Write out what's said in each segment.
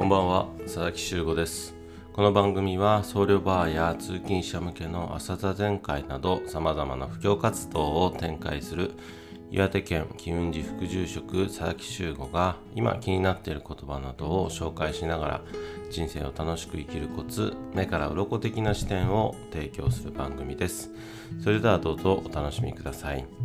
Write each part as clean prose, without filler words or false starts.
こんばんは、佐々木修吾です。この番組は僧侶バーや通勤者向けの朝座禅会など様々な布教活動を展開する岩手県機運寺副住職佐々木修吾が今気になっている言葉などを紹介しながら人生を楽しく生きるコツ、目から鱗的な視点を提供する番組です。それではどうぞお楽しみください。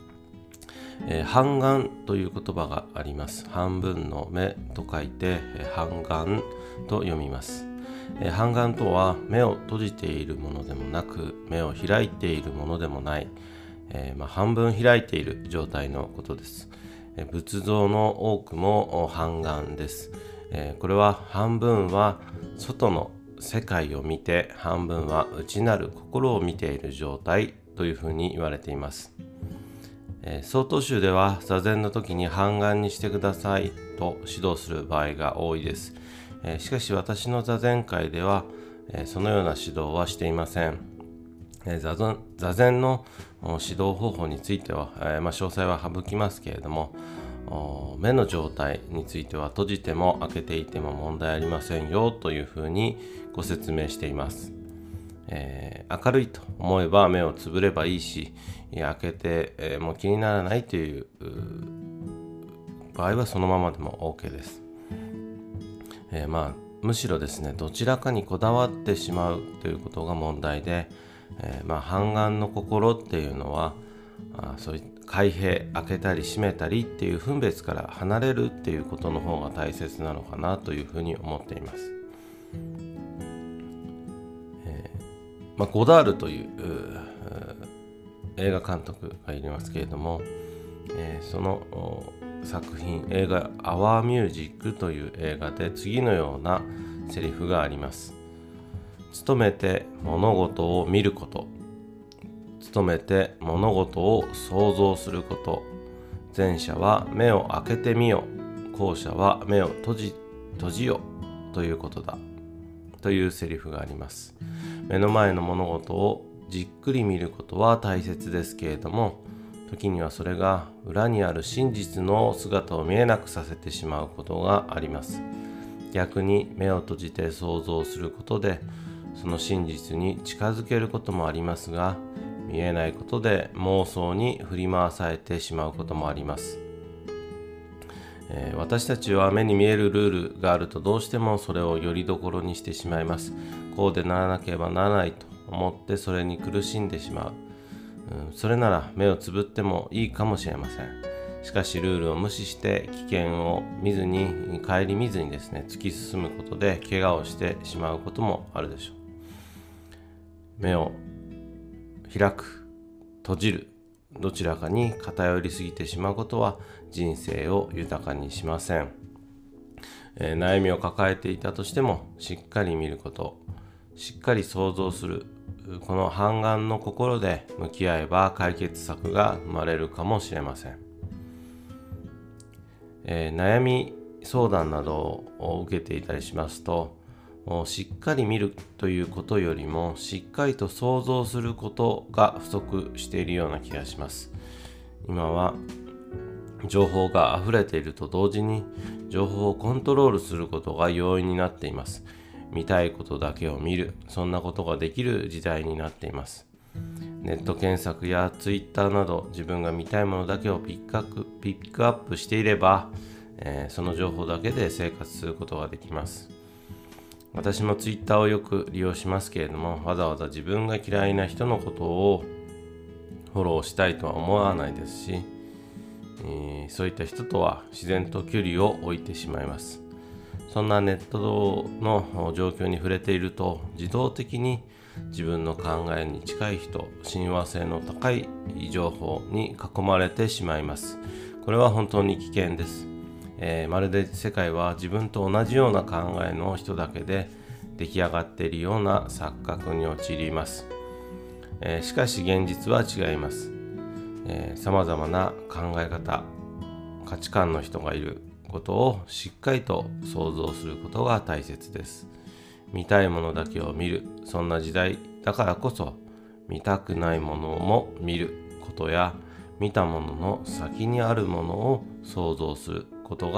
半眼という言葉があります。半分の目と書いて半眼と読みます。半眼とは目を閉じているものでもなく目を開いているものでもない、半分開いている状態のことです。仏像の多くも半眼です。これは半分は外の世界を見て半分は内なる心を見ている状態というふうに言われています。曹洞宗では座禅の時に半眼にしてくださいと指導する場合が多いです。しかし私の座禅会ではそのような指導はしていません。座禅の指導方法については詳細は省きますけれども、目の状態については閉じても開けていても問題ありませんよというふうにご説明しています。明るいと思えば目をつぶればいいし、開けて、もう気にならないという場合はそのままでも OK です。むしろですね、どちらかにこだわってしまうということが問題で、半眼の心っていうのはそういう開閉、開けたり閉めたりっていう分別から離れるっていうことの方が大切なのかなというふうに思っています。ゴダールという映画監督がいますけれども、その作品、映画「アワーミュージック」という映画で次のようなセリフがあります。努めて物事を見ること、努めて物事を想像すること、前者は目を開けてみよ、後者は目を閉じよということだというセリフがあります。目の前の物事をじっくり見ることは大切ですけれども、時にはそれが裏にある真実の姿を見えなくさせてしまうことがあります。逆に目を閉じて想像することでその真実に近づけることもありますが、見えないことで妄想に振り回されてしまうこともあります。私たちは目に見えるルールがあるとどうしてもそれをよりどころにしてしまいます。こうでならなければならないと思ってそれに苦しんでしまう。それなら目をつぶってもいいかもしれません。しかしルールを無視して危険を見ずに顧みずにですね、突き進むことで怪我をしてしまうこともあるでしょう。目を開く、閉じる、どちらかに偏りすぎてしまうことは人生を豊かにしません。悩みを抱えていたとしてもしっかり見ること、しっかり想像する、この半眼の心で向き合えば解決策が生まれるかもしれません。悩み相談などを受けていたりしますと、しっかり見るということよりもしっかりと想像することが不足しているような気がします。今は情報が溢れていると同時に情報をコントロールすることが容易になっています。見たいことだけを見る、そんなことができる時代になっています。ネット検索やツイッターなど自分が見たいものだけをピックアップしていれば、その情報だけで生活することができます。私もツイッターをよく利用しますけれども、わざわざ自分が嫌いな人のことをフォローしたいとは思わないですし、そういった人とは自然と距離を置いてしまいます。そんなネットの状況に触れていると自動的に自分の考えに近い人、親和性の高い情報に囲まれてしまいます。これは本当に危険です。まるで世界は自分と同じような考えの人だけで出来上がっているような錯覚に陥ります。しかし現実は違います。様々な考え方、価値観の人がいることをしっかりと想像することが大切です。見たいものだけを見る、そんな時代だからこそ見たくないものも見ることや見たものの先にあるものを想像することが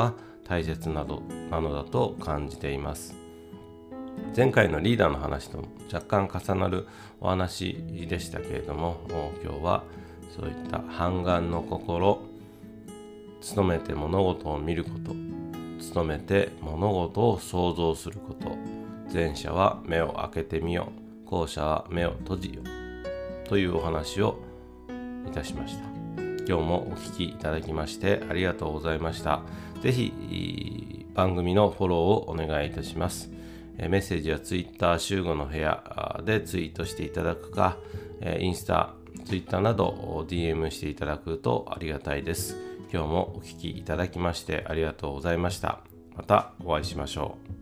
大切なのだと感じています。前回のリーダーの話と若干重なるお話でしたけれども、今日はそういった半眼の心、努めて物事を見ること、努めて物事を想像すること、前者は目を開けてみよ、後者は目を閉じよというお話をいたしました。今日もお聞きいただきましてありがとうございました。ぜひ番組のフォローをお願いいたします。メッセージは Twitter 週5の部屋でツイートしていただくか、インスタ、Twitter など DM していただくとありがたいです。今日もお聞きいただきましてありがとうございました。またお会いしましょう。